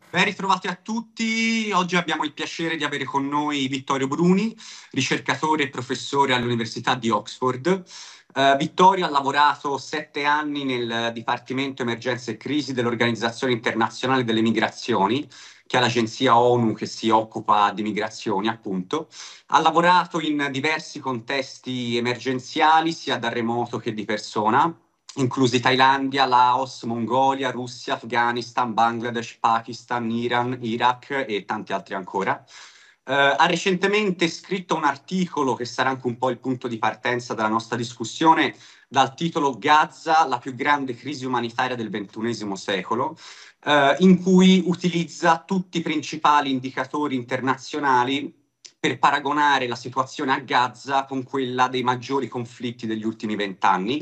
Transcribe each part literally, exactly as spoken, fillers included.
Ben ritrovati a tutti. Oggi abbiamo il piacere di avere con noi Vittorio Bruni, ricercatore e professore all'Università di Oxford. Uh, Vittorio ha lavorato sette anni nel Dipartimento Emergenze e Crisi dell'Organizzazione Internazionale delle Migrazioni, che è l'agenzia ONU che si occupa di migrazioni, appunto. Ha lavorato in diversi contesti emergenziali, sia da remoto che di persona, inclusi Thailandia, Laos, Mongolia, Russia, Afghanistan, Bangladesh, Pakistan, Iran, Iraq e tanti altri ancora. Uh, ha recentemente scritto un articolo che sarà anche un po' il punto di partenza della nostra discussione, dal titolo Gaza, la più grande crisi umanitaria del ventunesimo secolo, uh, in cui utilizza tutti i principali indicatori internazionali per paragonare la situazione a Gaza con quella dei maggiori conflitti degli ultimi vent'anni.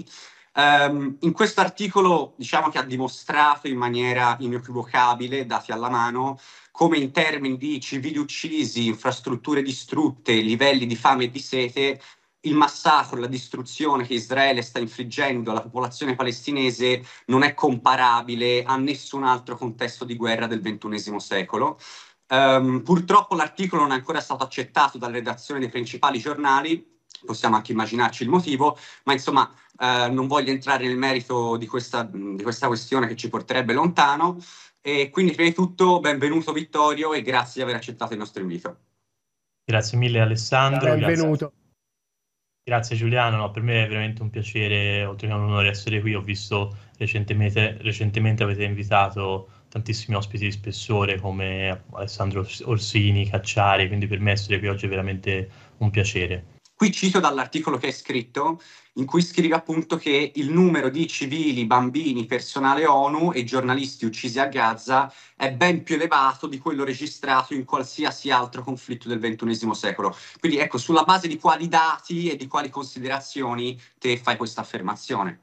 Um, in questo articolo diciamo che ha dimostrato in maniera inequivocabile, dati alla mano, come in termini di civili uccisi, infrastrutture distrutte, livelli di fame e di sete, il massacro, la distruzione che Israele sta infliggendo alla popolazione palestinese non è comparabile a nessun altro contesto di guerra del ventunesimo secolo. Um, purtroppo l'articolo non è ancora stato accettato dalla redazione dei principali giornali, possiamo anche immaginarci il motivo, ma insomma eh, non voglio entrare nel merito di questa, di questa questione che ci porterebbe lontano. E quindi prima di tutto benvenuto Vittorio e grazie di aver accettato il nostro invito. Grazie mille Alessandro. Benvenuto. Grazie, grazie Giuliano, no, per me è veramente un piacere, oltre che un onore essere qui. Ho visto recentemente, recentemente avete invitato tantissimi ospiti di spessore come Alessandro Orsini, Cacciari, quindi per me essere qui oggi è veramente un piacere. Qui cito dall'articolo che hai scritto, in cui scrivi appunto che il numero di civili, bambini, personale ONU e giornalisti uccisi a Gaza è ben più elevato di quello registrato in qualsiasi altro conflitto del ventunesimo secolo. Quindi ecco, sulla base di quali dati e di quali considerazioni te fai questa affermazione?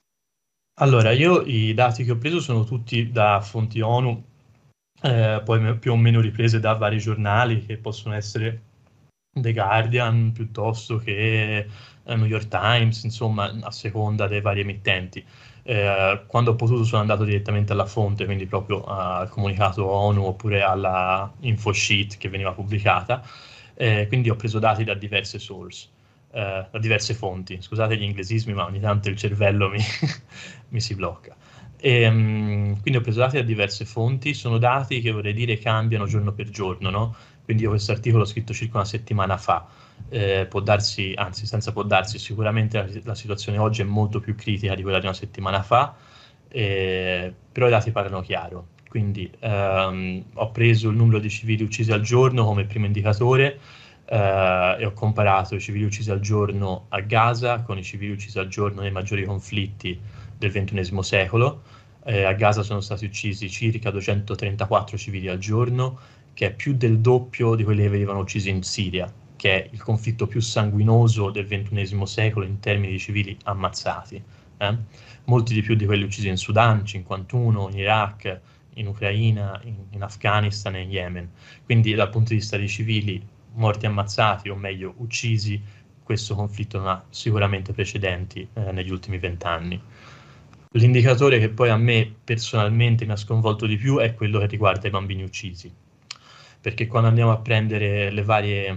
Allora, io i dati che ho preso sono tutti da fonti ONU, eh, poi più o meno riprese da vari giornali che possono essere The Guardian piuttosto che eh, New York Times, insomma, a seconda dei vari emittenti. Eh, quando ho potuto sono andato direttamente alla fonte, quindi proprio al comunicato ONU oppure alla infosheet che veniva pubblicata, eh, quindi ho preso dati da diverse source, eh, da diverse fonti. Scusate gli inglesismi, ma ogni tanto il cervello mi, mi si blocca. E, um, quindi ho preso dati da diverse fonti, sono dati che vorrei dire cambiano giorno per giorno, no? Quindi io questo articolo l'ho scritto circa una settimana fa, eh, può darsi, anzi senza può darsi, sicuramente la, la situazione oggi è molto più critica di quella di una settimana fa, eh, però i dati parlano chiaro. Quindi ehm, ho preso il numero di civili uccisi al giorno come primo indicatore eh, e ho comparato i civili uccisi al giorno a Gaza con i civili uccisi al giorno nei maggiori conflitti del ventunesimo secolo. Eh, a Gaza sono stati uccisi circa duecentotrentaquattro civili al giorno, che è più del doppio di quelli che venivano uccisi in Siria, che è il conflitto più sanguinoso del ventunesimo secolo in termini di civili ammazzati. Eh? Molti di più di quelli uccisi in Sudan, cinquantuno, in Iraq, in Ucraina, in, in Afghanistan e in Yemen. Quindi dal punto di vista dei civili morti ammazzati, o meglio uccisi, questo conflitto non ha sicuramente precedenti eh, negli ultimi vent'anni. L'indicatore che poi a me personalmente mi ha sconvolto di più è quello che riguarda i bambini uccisi, perché quando andiamo a prendere le varie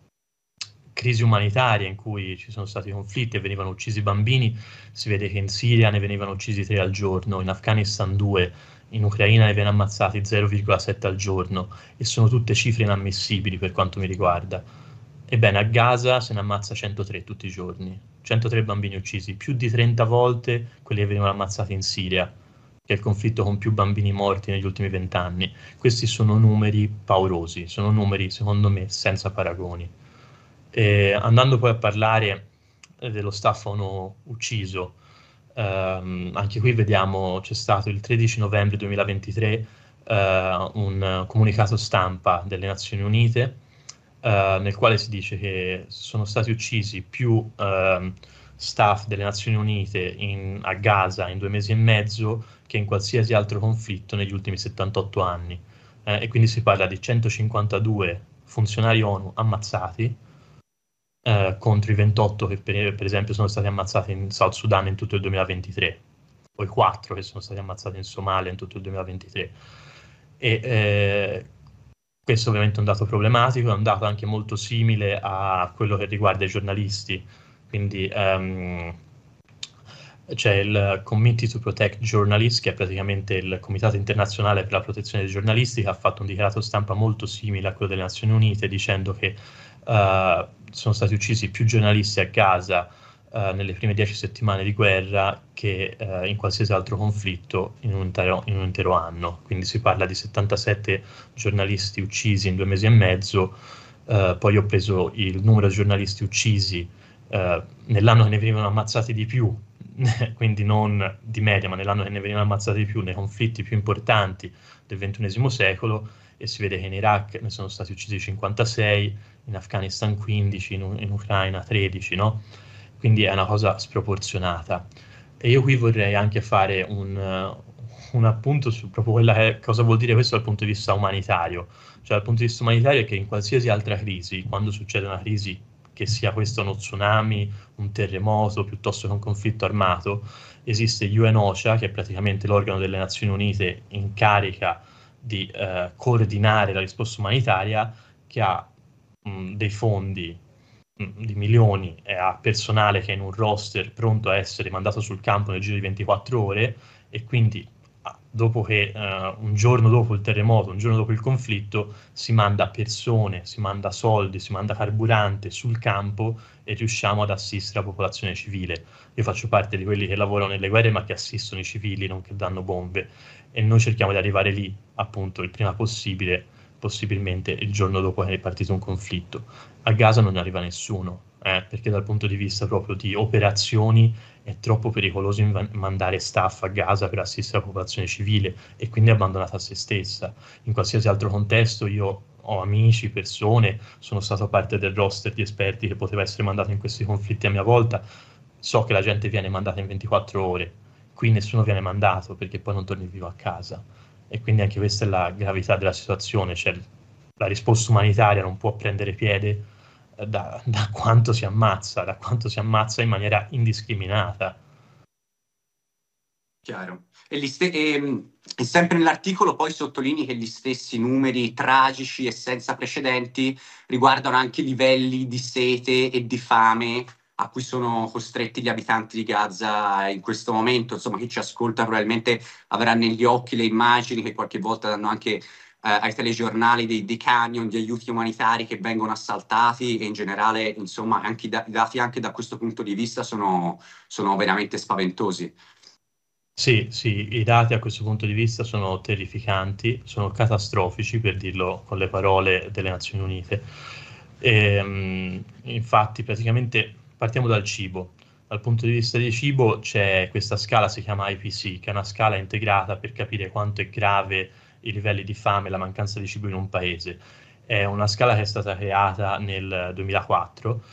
crisi umanitarie in cui ci sono stati conflitti e venivano uccisi bambini, si vede che in Siria ne venivano uccisi tre al giorno, in Afghanistan due, in Ucraina ne vengono ammazzati zero virgola sette al giorno, e sono tutte cifre inammissibili per quanto mi riguarda. Ebbene, a Gaza se ne ammazza centotré tutti i giorni, centotré bambini uccisi, più di trenta volte quelli che venivano ammazzati in Siria, che è il conflitto con più bambini morti negli ultimi vent'anni. Questi sono numeri paurosi, sono numeri secondo me senza paragoni. E andando poi a parlare dello staff ONU ucciso, ehm, anche qui vediamo c'è stato il tredici novembre duemilaventitré eh, un comunicato stampa delle Nazioni Unite eh, nel quale si dice che sono stati uccisi più eh, staff delle Nazioni Unite in, a Gaza in due mesi e mezzo che in qualsiasi altro conflitto negli ultimi settantotto anni. Eh, e quindi si parla di centocinquantadue funzionari ONU ammazzati eh, contro i ventotto che per, per esempio sono stati ammazzati in South Sudan in tutto il duemilaventitré, o i quattro che sono stati ammazzati in Somalia in tutto il duemilaventitré. E eh, questo ovviamente è un dato problematico, è un dato anche molto simile a quello che riguarda i giornalisti, quindi um, c'è il Committee to Protect Journalists, che è praticamente il Comitato internazionale per la protezione dei giornalisti, che ha fatto un dichiarato stampa molto simile a quello delle Nazioni Unite, dicendo che uh, sono stati uccisi più giornalisti a Gaza uh, nelle prime dieci settimane di guerra che uh, in qualsiasi altro conflitto in un, intero, in un intero anno. Quindi si parla di settantasette giornalisti uccisi in due mesi e mezzo. Uh, poi ho preso il numero di giornalisti uccisi uh, nell'anno che ne venivano ammazzati di più, quindi non di media, ma nell'anno che ne venivano ammazzati di più nei conflitti più importanti del ventunesimo secolo, e si vede che in Iraq ne sono stati uccisi cinquantasei, in Afghanistan quindici, in, in Ucraina tredici, no? Quindi è una cosa sproporzionata. E io qui vorrei anche fare un, uh, un appunto su proprio quella che, cosa vuol dire questo dal punto di vista umanitario. Cioè dal punto di vista umanitario è che in qualsiasi altra crisi, quando succede una crisi, che sia questo uno tsunami, un terremoto, piuttosto che un conflitto armato, esiste U N OCHA, che è praticamente l'organo delle Nazioni Unite in carica di eh, coordinare la risposta umanitaria, che ha mh, dei fondi mh, di milioni e ha personale che è in un roster pronto a essere mandato sul campo nel giro di ventiquattro ore, e quindi dopo che uh, un giorno dopo il terremoto, un giorno dopo il conflitto, si manda persone, si manda soldi, si manda carburante sul campo e riusciamo ad assistere la popolazione civile. Io faccio parte di quelli che lavorano nelle guerre ma che assistono i civili, non che danno bombe, e noi cerchiamo di arrivare lì appunto il prima possibile, possibilmente il giorno dopo che è partito un conflitto. A Gaza non arriva nessuno, eh, perché dal punto di vista proprio di operazioni è troppo pericoloso inv- mandare staff a Gaza per assistere la popolazione civile, e quindi è abbandonata a se stessa. In qualsiasi altro contesto io ho amici, persone, sono stato parte del roster di esperti che poteva essere mandato in questi conflitti a mia volta, so che la gente viene mandata in ventiquattro ore, qui nessuno viene mandato perché poi non torni vivo a casa, e quindi anche questa è la gravità della situazione, cioè la risposta umanitaria non può prendere piede Da, da quanto si ammazza, da quanto si ammazza in maniera indiscriminata. Chiaro. E, gli ste- e, e sempre nell'articolo poi sottolinei che gli stessi numeri tragici e senza precedenti riguardano anche i livelli di sete e di fame a cui sono costretti gli abitanti di Gaza in questo momento. Insomma, chi ci ascolta probabilmente avrà negli occhi le immagini che qualche volta danno anche eh, ai telegiornali dei, dei camion di aiuti umanitari che vengono assaltati, e in generale, insomma, anche i, da- i dati anche da questo punto di vista sono, sono veramente spaventosi. Sì, sì, i dati a questo punto di vista sono terrificanti, sono catastrofici, per dirlo con le parole delle Nazioni Unite. E, mh, infatti, praticamente partiamo dal cibo. Dal punto di vista del cibo c'è questa scala, si chiama I P C, che è una scala integrata per capire quanto è grave i livelli di fame e la mancanza di cibo in un paese. È una scala che è stata creata nel duemilaquattro,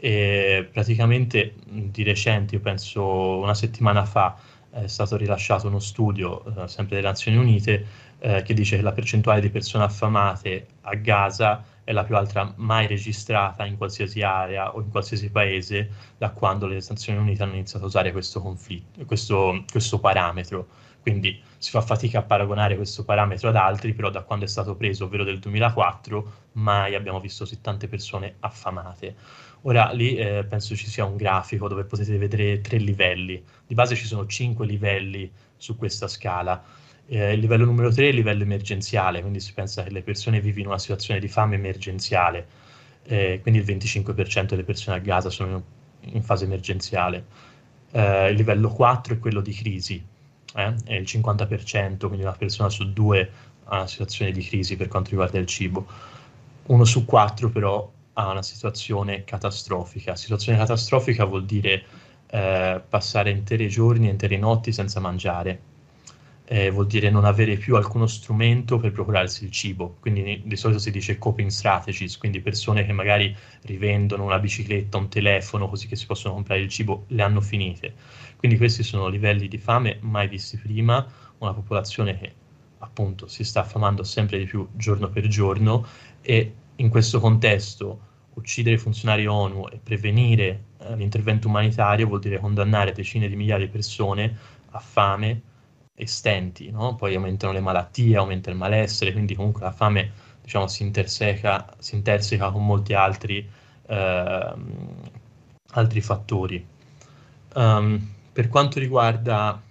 e praticamente di recente, io penso una settimana fa, è stato rilasciato uno studio, eh, sempre delle Nazioni Unite, eh, che dice che la percentuale di persone affamate a Gaza è la più alta mai registrata in qualsiasi area o in qualsiasi paese da quando le Nazioni Unite hanno iniziato a usare questo conflitto, questo, questo parametro. Quindi si fa fatica a paragonare questo parametro ad altri, però da quando è stato preso, ovvero del duemilaquattro, mai abbiamo visto così tante persone affamate. Ora lì eh, penso ci sia un grafico dove potete vedere tre livelli. Di base ci sono cinque livelli su questa scala. Eh, il livello numero tre è il livello emergenziale, quindi si pensa che le persone vivono in una situazione di fame emergenziale, eh, quindi il venticinque per cento delle persone a Gaza sono in, in fase emergenziale. Eh, il livello quattro è quello di crisi, eh, è il cinquanta per cento, quindi una persona su due ha una situazione di crisi per quanto riguarda il cibo. Uno su quattro però ha una situazione catastrofica. Situazione catastrofica vuol dire eh, passare interi giorni, intere notti senza mangiare. Eh, vuol dire non avere più alcuno strumento per procurarsi il cibo. Quindi di solito si dice coping strategies, quindi persone che magari rivendono una bicicletta, un telefono, così che si possono comprare il cibo, le hanno finite. Quindi questi sono livelli di fame mai visti prima, una popolazione che appunto si sta affamando sempre di più giorno per giorno, e in questo contesto uccidere i funzionari ONU e prevenire eh, l'intervento umanitario vuol dire condannare decine di migliaia di persone a fame estenti, no? Poi aumentano le malattie, aumenta il malessere, quindi comunque la fame, diciamo, si interseca, si interseca con molti altri, eh, altri fattori. Um, per quanto riguarda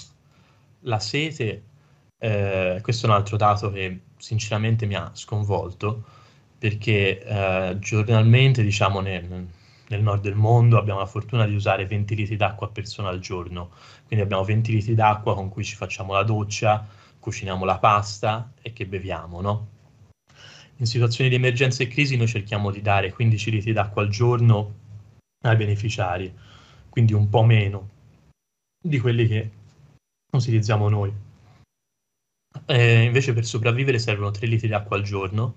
la sete, eh, questo è un altro dato che sinceramente mi ha sconvolto, perché eh, giornalmente, diciamo, nel, nel nord del mondo abbiamo la fortuna di usare venti litri d'acqua a persona al giorno, quindi abbiamo venti litri d'acqua con cui ci facciamo la doccia, cuciniamo la pasta e che beviamo, no? In situazioni di emergenza e crisi noi cerchiamo di dare quindici litri d'acqua al giorno ai beneficiari, quindi un po' meno di quelli che utilizziamo noi. Eh, invece per sopravvivere servono tre litri d'acqua al giorno.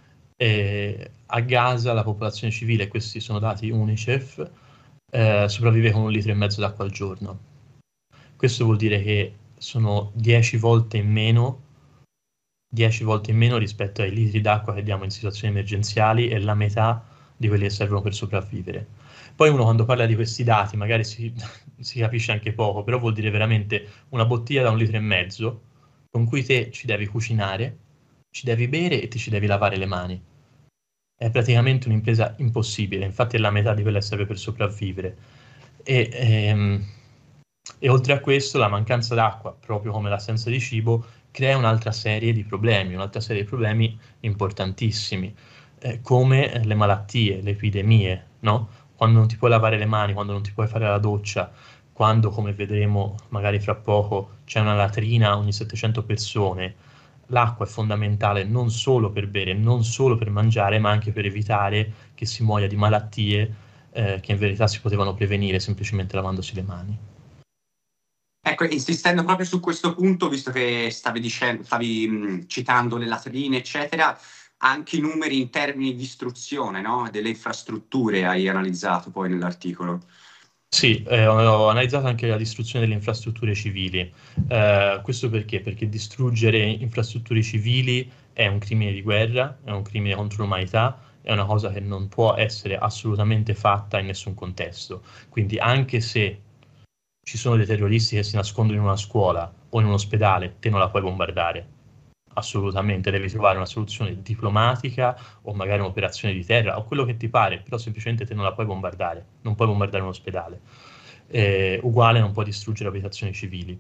E a Gaza la popolazione civile, questi sono dati UNICEF, eh, sopravvive con un litro e mezzo d'acqua al giorno. Questo vuol dire che sono dieci volte in meno, dieci volte in meno rispetto ai litri d'acqua che diamo in situazioni emergenziali e la metà di quelli che servono per sopravvivere. Poi uno quando parla di questi dati magari si, si capisce anche poco, però vuol dire veramente una bottiglia da un litro e mezzo con cui te ci devi cucinare, ci devi bere e ti ci devi lavare le mani. È praticamente un'impresa impossibile, infatti è la metà di quella che serve per sopravvivere. E, ehm, e oltre a questo la mancanza d'acqua, proprio come l'assenza di cibo, crea un'altra serie di problemi, un'altra serie di problemi importantissimi, eh, come le malattie, le epidemie, no? Quando non ti puoi lavare le mani, quando non ti puoi fare la doccia, quando, come vedremo magari fra poco, c'è una latrina ogni settecento persone, l'acqua è fondamentale non solo per bere, non solo per mangiare, ma anche per evitare che si muoia di malattie eh, che in verità si potevano prevenire semplicemente lavandosi le mani. Ecco, insistendo proprio su questo punto, visto che stavi, dicendo, stavi mh, citando le latrine, eccetera, anche i numeri in termini di istruzione, no? Delle infrastrutture hai analizzato poi nell'articolo. Sì, eh, ho, ho analizzato anche la distruzione delle infrastrutture civili. Eh, questo perché? Perché distruggere infrastrutture civili è un crimine di guerra, è un crimine contro l'umanità, è una cosa che non può essere assolutamente fatta in nessun contesto. Quindi anche se ci sono dei terroristi che si nascondono in una scuola o in un ospedale, te non la puoi bombardare. Assolutamente, devi trovare una soluzione diplomatica o magari un'operazione di terra o quello che ti pare, però semplicemente te non la puoi bombardare, non puoi bombardare un ospedale. Eh, uguale non puoi distruggere abitazioni civili.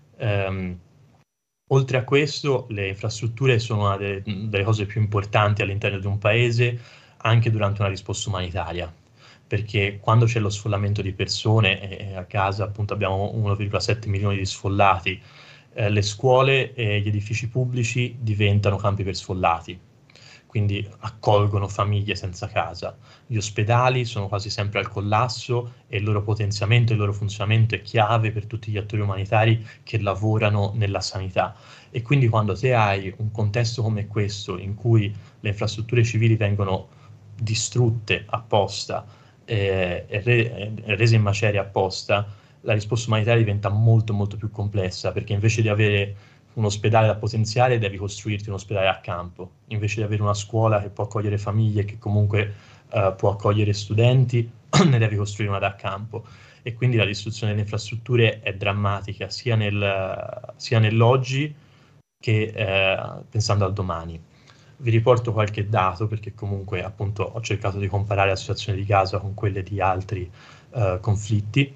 Um, oltre a questo, le infrastrutture sono una delle, delle cose più importanti all'interno di un paese, anche durante una risposta umanitaria, perché quando c'è lo sfollamento di persone, e a Gaza appunto abbiamo uno virgola sette milioni di sfollati, eh, le scuole e gli edifici pubblici diventano campi per sfollati, quindi accolgono famiglie senza casa. Gli ospedali sono quasi sempre al collasso e il loro potenziamento e il loro funzionamento è chiave per tutti gli attori umanitari che lavorano nella sanità. E quindi quando te hai un contesto come questo, in cui le infrastrutture civili vengono distrutte apposta eh, e re- rese in macerie apposta, la risposta umanitaria diventa molto molto più complessa, perché invece di avere un ospedale da potenziare devi costruirti un ospedale a campo, invece di avere una scuola che può accogliere famiglie, che comunque uh, può accogliere studenti, ne devi costruire una da campo. E quindi la distruzione delle infrastrutture è drammatica sia, nel, sia nell'oggi che eh, pensando al domani. Vi riporto qualche dato perché comunque appunto ho cercato di comparare la situazione di Gaza con quelle di altri uh, conflitti.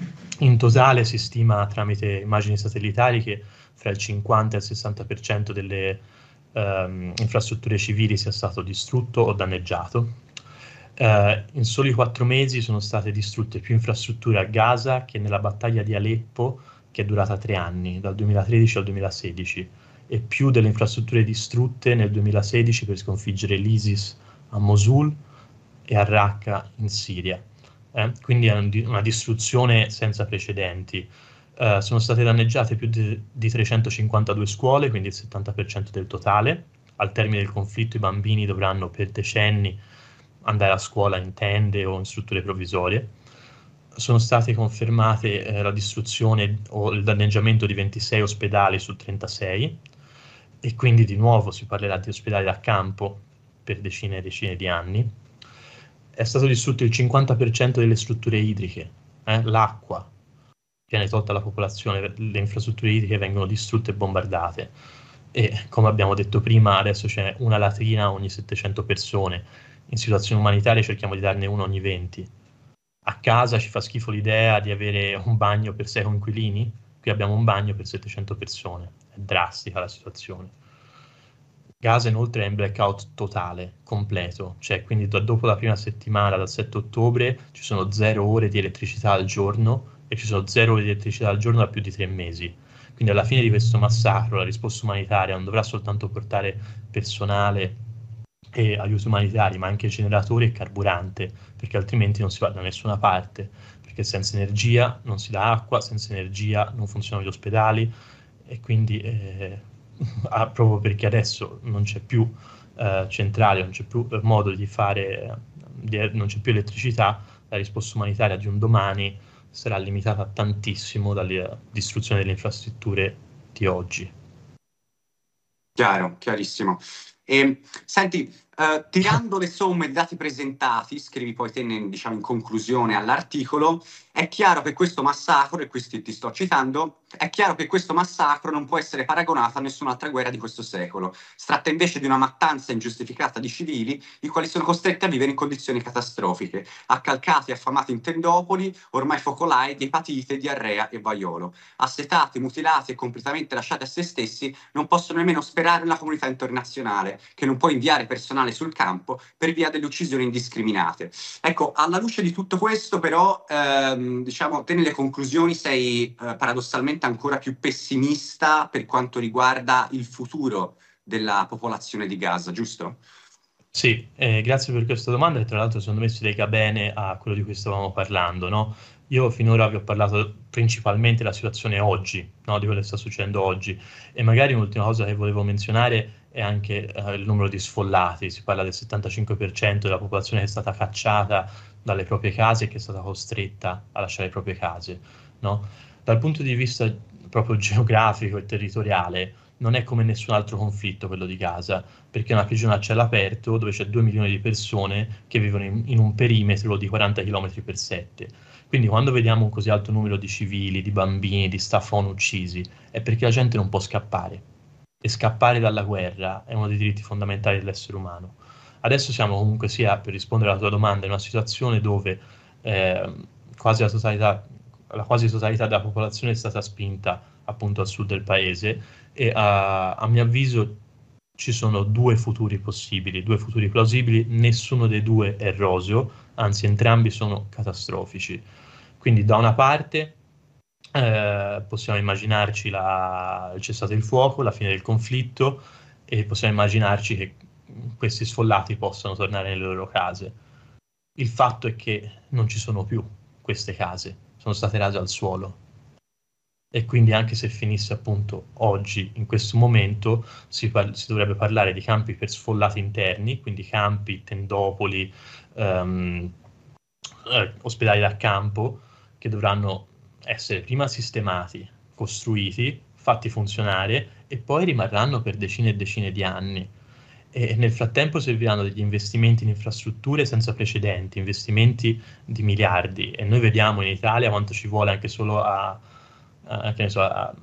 In totale si stima tramite immagini satellitari che fra il cinquanta e il sessanta per cento delle um, infrastrutture civili sia stato distrutto o danneggiato. Uh, in soli quattro mesi sono state distrutte più infrastrutture a Gaza che nella battaglia di Aleppo, che è durata tre anni, dal duemilatredici al duemilasedici, e più delle infrastrutture distrutte nel duemilasedici per sconfiggere l'ISIS a Mosul e a Raqqa in Siria. Eh? Quindi è un, una distruzione senza precedenti. Uh, sono state danneggiate più di, di trecentocinquantadue scuole, quindi il settanta per cento del totale. Al termine del conflitto i bambini dovranno per decenni andare a scuola in tende o in strutture provvisorie. Sono state confermate eh, la distruzione o il danneggiamento di ventisei ospedali su trentasei, e quindi di nuovo si parlerà di ospedali da campo per decine e decine di anni. È stato distrutto il cinquanta per cento delle strutture idriche, eh, l'acqua, viene tolta alla popolazione, le infrastrutture idriche vengono distrutte e bombardate. E come abbiamo detto prima, adesso c'è una latrina ogni settecento persone. In situazioni umanitarie cerchiamo di darne una ogni venti. A casa ci fa schifo l'idea di avere un bagno per sei coinquilini. Qui abbiamo un bagno per settecento persone. È drastica la situazione. Gaza inoltre è in blackout totale, completo, cioè quindi da, dopo la prima settimana, dal sette ottobre, ci sono zero ore di elettricità al giorno e ci sono zero ore di elettricità al giorno da più di tre mesi. Quindi alla fine di questo massacro la risposta umanitaria non dovrà soltanto portare personale e aiuti umanitari, ma anche generatori e carburante, perché altrimenti non si va da nessuna parte, perché senza energia non si dà acqua, senza energia non funzionano gli ospedali e quindi... Eh, Ah, proprio perché adesso non c'è più eh, centrale, non c'è più modo di fare, di, non c'è più elettricità, la risposta umanitaria di un domani sarà limitata tantissimo dalla distruzione delle infrastrutture di oggi. Chiaro, chiarissimo. E, senti, eh, tirando le somme dei dati presentati, scrivi poi te, in, diciamo, in conclusione all'articolo, è chiaro che questo massacro, e questi ti sto citando, è chiaro che questo massacro non può essere paragonato a nessun'altra guerra di questo secolo. Si tratta invece di una mattanza ingiustificata di civili, i quali sono costretti a vivere in condizioni catastrofiche, accalcati e affamati in tendopoli, ormai focolai di epatite, diarrea e vaiolo. Assetati, mutilati e completamente lasciati a se stessi, non possono nemmeno sperare una comunità internazionale, che non può inviare personale sul campo per via delle uccisioni indiscriminate. Ecco, alla luce di tutto questo, però, ehm, diciamo, te nelle conclusioni sei eh, paradossalmente ancora più pessimista per quanto riguarda il futuro della popolazione di Gaza, giusto? Sì, eh, grazie per questa domanda e tra l'altro secondo me si lega bene a quello di cui stavamo parlando, no? Io finora vi ho parlato principalmente della situazione oggi, no? Di quello che sta succedendo oggi e magari un'ultima cosa che volevo menzionare è anche eh, il numero di sfollati, si parla del settantacinque per cento della popolazione che è stata cacciata dalle proprie case e che è stata costretta a lasciare le proprie case, no? Dal punto di vista proprio geografico e territoriale non è come nessun altro conflitto quello di Gaza, perché è una prigione a cielo aperto dove c'è due milioni di persone che vivono in, in un perimetro di quaranta chilometri per sette. Quindi quando vediamo un così alto numero di civili, di bambini, di staff ONU uccisi, è perché la gente non può scappare. E scappare dalla guerra è uno dei diritti fondamentali dell'essere umano. Adesso siamo comunque sia, per rispondere alla tua domanda, in una situazione dove eh, quasi la totalità, la quasi totalità della popolazione è stata spinta appunto al sud del paese e a, a mio avviso ci sono due futuri possibili, due futuri plausibili, nessuno dei due è roseo, anzi entrambi sono catastrofici. Quindi da una parte eh, possiamo immaginarci la, il cessate il fuoco, la fine del conflitto e possiamo immaginarci che questi sfollati possano tornare nelle loro case. Il fatto è che non ci sono più queste case, sono state rase al suolo. E quindi anche se finisse appunto oggi, in questo momento, si, par- si dovrebbe parlare di campi per sfollati interni, quindi campi, tendopoli, ehm, eh, ospedali da campo, che dovranno essere prima sistemati, costruiti, fatti funzionare e poi rimarranno per decine e decine di anni. E nel frattempo serviranno degli investimenti in infrastrutture senza precedenti, investimenti di miliardi. E noi vediamo in Italia quanto ci vuole anche solo a Uh, che ne so, a,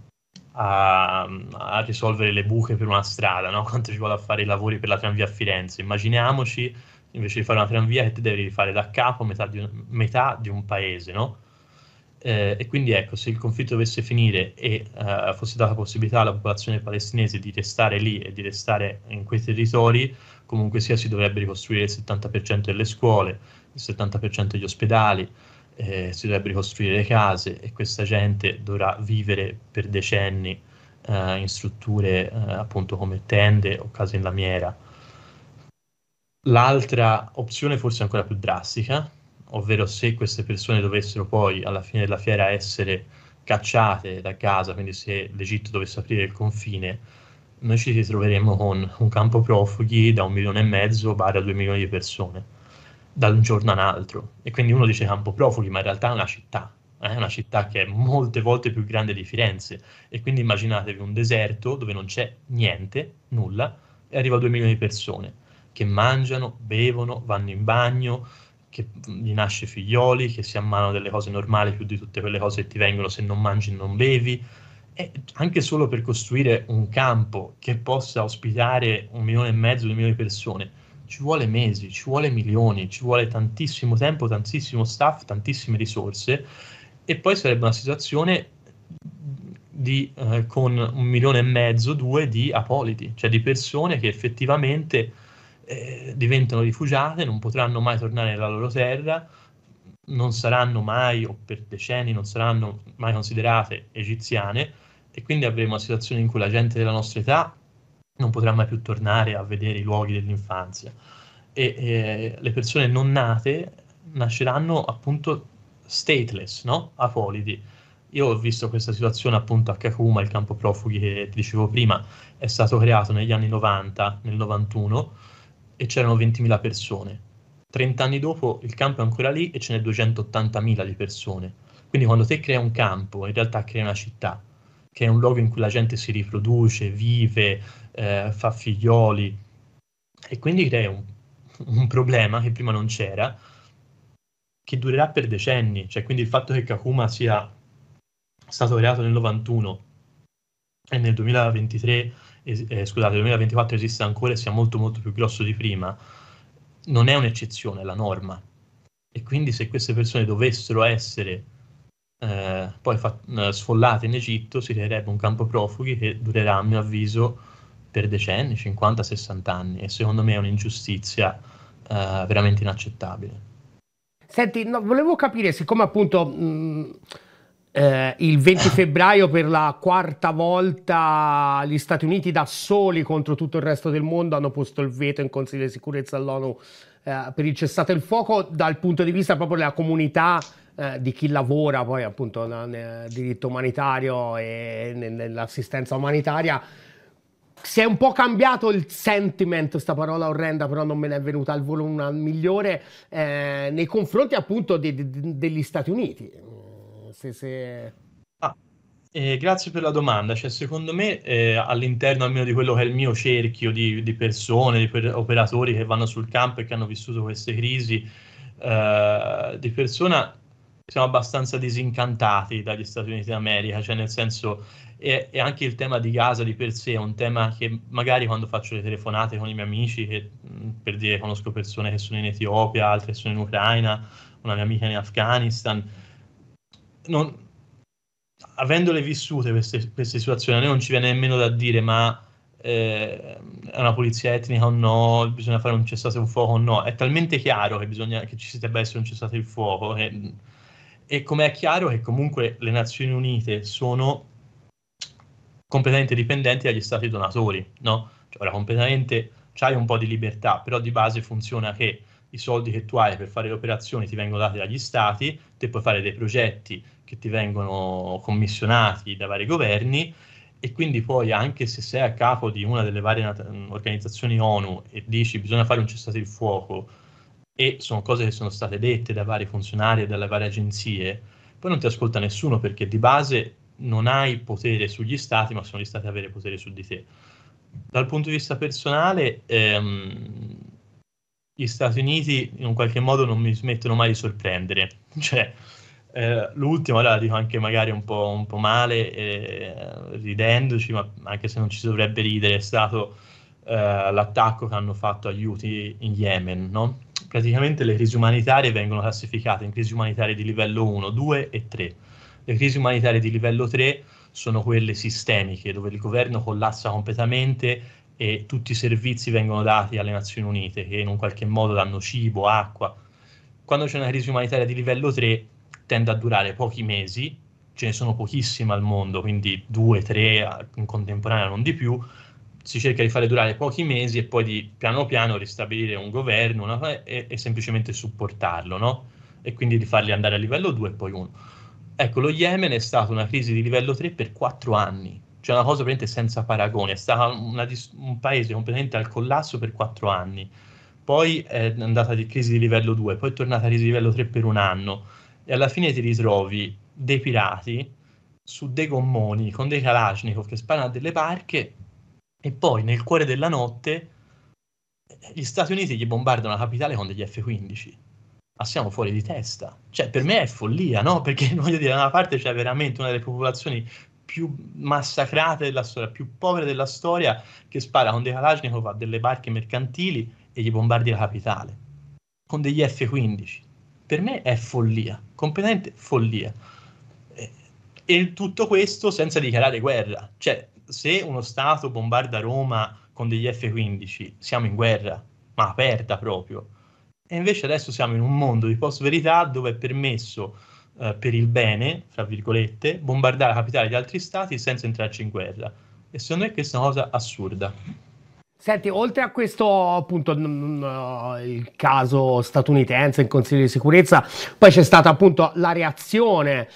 a, a risolvere le buche per una strada, no? Quanto ci vuole a fare i lavori per la tranvia a Firenze. Immaginiamoci, invece di fare una tranvia, che te devi rifare da capo metà di un, metà di un paese, no? Eh, e quindi ecco, se il conflitto dovesse finire e uh, fosse data la possibilità alla popolazione palestinese di restare lì e di restare in quei territori, comunque sia si dovrebbe ricostruire il settanta per cento delle scuole, il settanta per cento degli ospedali, Eh, si dovrebbero ricostruire le case e questa gente dovrà vivere per decenni eh, in strutture eh, appunto come tende o case in lamiera. L'altra opzione forse ancora più drastica, ovvero se queste persone dovessero poi alla fine della fiera essere cacciate da Gaza, quindi se l'Egitto dovesse aprire il confine, noi ci ritroveremmo con un campo profughi da un milione e mezzo barra due milioni di persone da un giorno all'altro. E quindi uno dice campo profughi, ma in realtà è una città, è eh? una città che è molte volte più grande di Firenze. E quindi immaginatevi un deserto dove non c'è niente, nulla, e arriva a due milioni di persone che mangiano, bevono, vanno in bagno, che gli nasce figlioli, che si ammalano delle cose normali più di tutte quelle cose che ti vengono se non mangi e non bevi. E anche solo per costruire un campo che possa ospitare un milione e mezzo, due milioni di persone, ci vuole mesi, ci vuole milioni, ci vuole tantissimo tempo, tantissimo staff, tantissime risorse, e poi sarebbe una situazione di, eh, con un milione e mezzo, due di apolidi, cioè di persone che effettivamente eh, diventano rifugiate, non potranno mai tornare nella loro terra, non saranno mai, o per decenni, non saranno mai considerate egiziane, e quindi avremo una situazione in cui la gente della nostra età non potrà mai più tornare a vedere i luoghi dell'infanzia, e, e le persone non nate nasceranno appunto stateless, no? Apolidi. Io ho visto questa situazione appunto a Kakuma, il campo profughi che ti dicevo prima, è stato creato negli anni novanta, nel novantuno, e c'erano ventimila persone. trenta anni dopo il campo è ancora lì e ce n'è duecentottantamila di persone. Quindi quando te crei un campo, in realtà crei una città, che è un luogo in cui la gente si riproduce, vive, eh, fa figlioli, e quindi crei un, un problema che prima non c'era, che durerà per decenni. Cioè, quindi il fatto che Kakuma sia stato creato nel novantuno e nel duemilaventitré, es- eh, scusate, nel duemilaventiquattro esiste ancora e sia molto molto più grosso di prima, non è un'eccezione, è la norma. E quindi se queste persone dovessero essere eh, poi fa- eh, sfollate in Egitto, si creerebbe un campo profughi che durerà, a mio avviso, per decenni, cinquanta sessanta anni, e secondo me è un'ingiustizia eh, veramente inaccettabile. Senti, no, volevo capire, siccome appunto mh, eh, il venti febbraio per la quarta volta gli Stati Uniti da soli contro tutto il resto del mondo hanno posto il veto in Consiglio di Sicurezza all'ONU eh, per il cessate il fuoco, dal punto di vista proprio della comunità eh, di chi lavora poi appunto nel, nel diritto umanitario e nell'assistenza umanitaria. Si è un po' cambiato il sentiment, sta parola orrenda, però non me ne è venuta al volo una migliore, eh, nei confronti appunto de- de- degli Stati Uniti. Se, se... Ah, eh, grazie per la domanda. Cioè, secondo me, eh, all'interno almeno di quello che è il mio cerchio di, di persone, di per- operatori che vanno sul campo e che hanno vissuto queste crisi, eh, di persona siamo abbastanza disincantati dagli Stati Uniti d'America, cioè nel senso, e, e anche il tema di Gaza di per sé è un tema che magari quando faccio le telefonate con i miei amici, che mh, per dire conosco persone che sono in Etiopia, altre sono in Ucraina, una mia amica in Afghanistan, non, avendole vissute queste, queste situazioni, a noi non ci viene nemmeno da dire ma eh, è una pulizia etnica o no, bisogna fare un cessate il fuoco o no. È talmente chiaro che, bisogna, che ci debba essere un cessate il fuoco, che, e come è chiaro che comunque le Nazioni Unite sono completamente dipendenti dagli stati donatori, no? Cioè, ora completamente c'hai un po' di libertà, però di base funziona che i soldi che tu hai per fare le operazioni ti vengono dati dagli stati, te puoi fare dei progetti che ti vengono commissionati da vari governi, e quindi poi anche se sei a capo di una delle varie nat- organizzazioni ONU e dici bisogna fare un cessate il fuoco, e sono cose che sono state dette da vari funzionari e dalle varie agenzie, poi non ti ascolta nessuno, perché di base non hai potere sugli stati, ma sono gli stati ad avere potere su di te. Dal punto di vista personale, ehm, gli Stati Uniti in un qualche modo non mi smettono mai di sorprendere. Cioè, eh, l'ultimo, ora la dico anche magari un po', un po' male, eh, ridendoci, ma anche se non ci si dovrebbe ridere, è stato eh, l'attacco che hanno fatto agli Houthi in Yemen, no? Praticamente le crisi umanitarie vengono classificate in crisi umanitarie di livello uno, due e tre. Le crisi umanitarie di livello tre sono quelle sistemiche, dove il governo collassa completamente e tutti i servizi vengono dati alle Nazioni Unite, che in un qualche modo danno cibo, acqua. Quando c'è una crisi umanitaria di livello tre tende a durare pochi mesi, ce ne sono pochissime al mondo, quindi due, tre in contemporanea, non di più. Si cerca di fare durare pochi mesi e poi di piano piano ristabilire un governo una, e, e semplicemente supportarlo, no? E quindi di farli andare a livello due e poi uno. Ecco, lo Yemen è stata una crisi di livello tre per quattro anni, cioè una cosa veramente senza paragone, è stato un paese completamente al collasso per quattro anni, poi è andata di crisi di livello due, poi è tornata a crisi di livello tre per un anno, e alla fine ti ritrovi dei pirati su dei gommoni con dei Kalashnikov che sparano a delle barche, e poi nel cuore della notte gli Stati Uniti gli bombardano la capitale con degli F quindici. ma siamo fuori di testa. Cioè, per me è follia, no? Perché, voglio dire, da una parte c'è veramente una delle popolazioni più massacrate della storia, più povere della storia, che spara con dei Kalashnikov a delle barche mercantili e gli bombardi la capitale, con degli effe quindici. Per me è follia, completamente follia. E, e tutto questo senza dichiarare guerra. Cioè, se uno Stato bombarda Roma con degli effe quindici, siamo in guerra, ma aperta proprio. E invece adesso siamo in un mondo di post-verità dove è permesso, eh, per il bene, fra virgolette, bombardare la capitale di altri stati senza entrarci in guerra. E secondo me questa è una cosa assurda. Senti, oltre a questo, appunto, n- n- il caso statunitense in Consiglio di sicurezza, poi c'è stata appunto la reazione,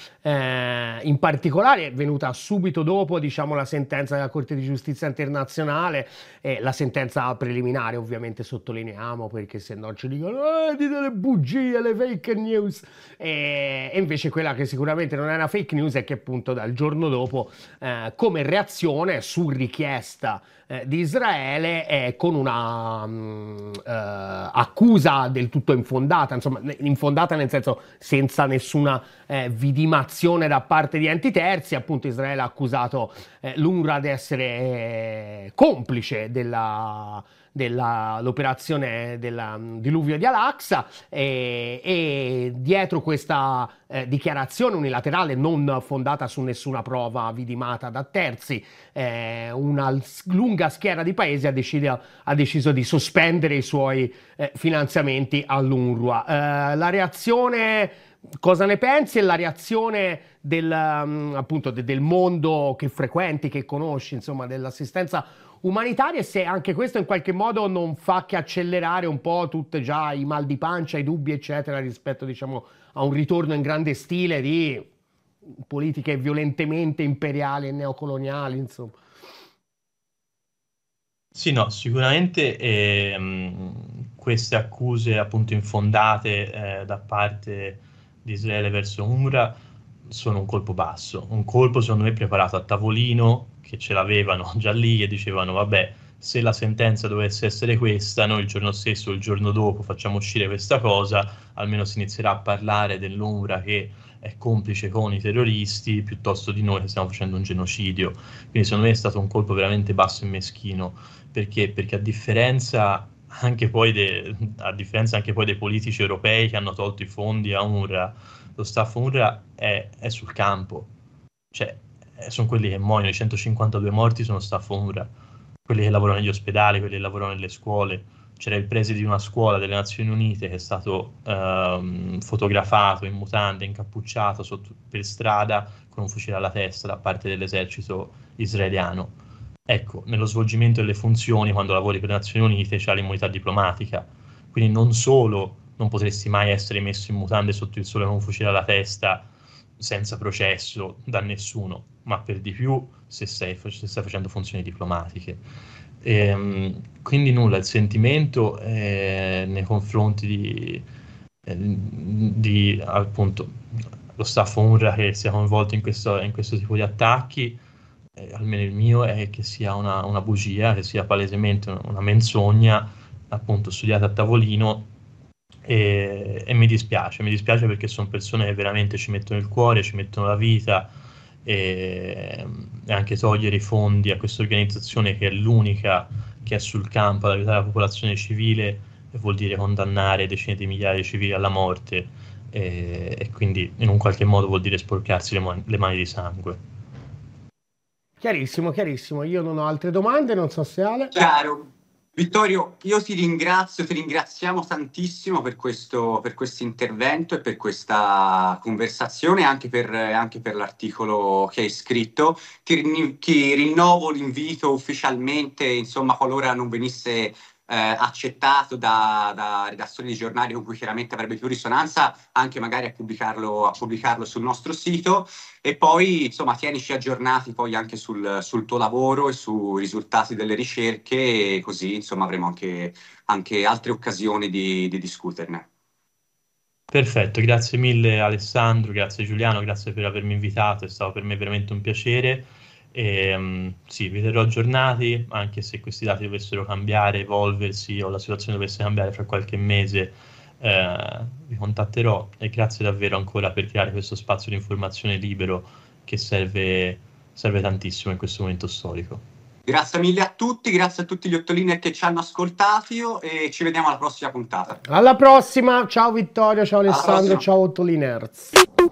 eh, in particolare venuta subito dopo, diciamo, la sentenza della Corte di Giustizia internazionale, e la sentenza preliminare, ovviamente sottolineiamo, perché se no ci dicono eh, dite le bugie, le fake news, e, e invece quella che sicuramente non è una fake news è che appunto dal giorno dopo, eh, come reazione su richiesta eh, di Israele, eh, con una mh, eh, accusa del tutto infondata, insomma infondata nel senso senza nessuna eh, vidimazione da parte di enti terzi, appunto Israele ha accusato eh, l'UNRWA di essere eh, complice della dell'operazione del diluvio di Al-Aqsa, e, e dietro questa eh, dichiarazione unilaterale non fondata su nessuna prova vidimata da terzi, eh, una lunga schiera di paesi ha deciso, ha deciso di sospendere i suoi eh, finanziamenti all'UNRWA. Eh, la reazione, cosa ne pensi? E la reazione del, um, appunto, de, del mondo che frequenti, che conosci, insomma, dell'assistenza umanitaria, e se anche questo in qualche modo non fa che accelerare un po' tutti già i mal di pancia, i dubbi, eccetera, rispetto, diciamo, a un ritorno in grande stile di politiche violentemente imperiali e neocoloniali, insomma. Sì, no, sicuramente ehm, queste accuse appunto infondate eh, da parte di Israele verso UNRWA sono un colpo basso, un colpo secondo me preparato a tavolino, che ce l'avevano già lì e dicevano vabbè, se la sentenza dovesse essere questa, noi il giorno stesso o il giorno dopo facciamo uscire questa cosa, almeno si inizierà a parlare dell'UNRWA che è complice con i terroristi piuttosto di noi che stiamo facendo un genocidio. Quindi secondo me è stato un colpo veramente basso e meschino. Perché? Perché a differenza anche poi, de, a differenza anche poi dei politici europei che hanno tolto i fondi a UNRWA, lo staff UNRWA è, è sul campo. Cioè, sono quelli che muoiono, i centocinquantadue morti sono staff UNRWA, quelli che lavorano negli ospedali, quelli che lavorano nelle scuole. C'era il preside di una scuola delle Nazioni Unite che è stato ehm, fotografato in mutande, incappucciato sotto, per strada con un fucile alla testa da parte dell'esercito israeliano. Ecco, nello svolgimento delle funzioni, quando lavori per le Nazioni Unite, c'è l'immunità diplomatica. Quindi non solo non potresti mai essere messo in mutande sotto il sole con un fucile alla testa senza processo da nessuno, ma per di più se stai, se stai facendo funzioni diplomatiche. E, quindi nulla, il sentimento eh, nei confronti di, eh, di appunto lo staff UNRWA che sia coinvolto in questo, in questo tipo di attacchi, eh, almeno il mio, è che sia una, una bugia, che sia palesemente una, una menzogna, appunto studiata a tavolino. E, e mi dispiace, mi dispiace perché sono persone che veramente ci mettono il cuore, ci mettono la vita, e, e anche togliere i fondi a questa organizzazione che è l'unica che è sul campo ad aiutare la popolazione civile vuol dire condannare decine di migliaia di civili alla morte, e, e quindi in un qualche modo vuol dire sporcarsi le, man- le mani di sangue. Chiarissimo, chiarissimo. Io non ho altre domande, non so se Ale. Chiaro. Vittorio, io ti ringrazio, ti ringraziamo tantissimo per questo per questo intervento e per questa conversazione, anche per, anche per l'articolo che hai scritto. Ti, ti rinnovo l'invito ufficialmente, insomma, qualora non venisse eh, accettato da, da redazioni di giornali con cui chiaramente avrebbe più risonanza, anche magari a pubblicarlo, a pubblicarlo sul nostro sito. E poi, insomma, tienici aggiornati poi anche sul, sul tuo lavoro e sui risultati delle ricerche, e così, insomma, avremo anche, anche altre occasioni di, di discuterne. Perfetto, grazie mille Alessandro, grazie Giuliano, grazie per avermi invitato, è stato per me veramente un piacere. E, um, sì, vi terrò aggiornati, anche se questi dati dovessero cambiare, evolversi o la situazione dovesse cambiare fra qualche mese. eh, vi contatterò, e grazie davvero ancora per creare questo spazio di informazione libero che serve, serve tantissimo in questo momento storico. Grazie mille a tutti, grazie a tutti gli Ottoliner che ci hanno ascoltati e ci vediamo alla prossima puntata. Alla prossima, ciao Vittorio, ciao Alessandro, ciao Ottoliners.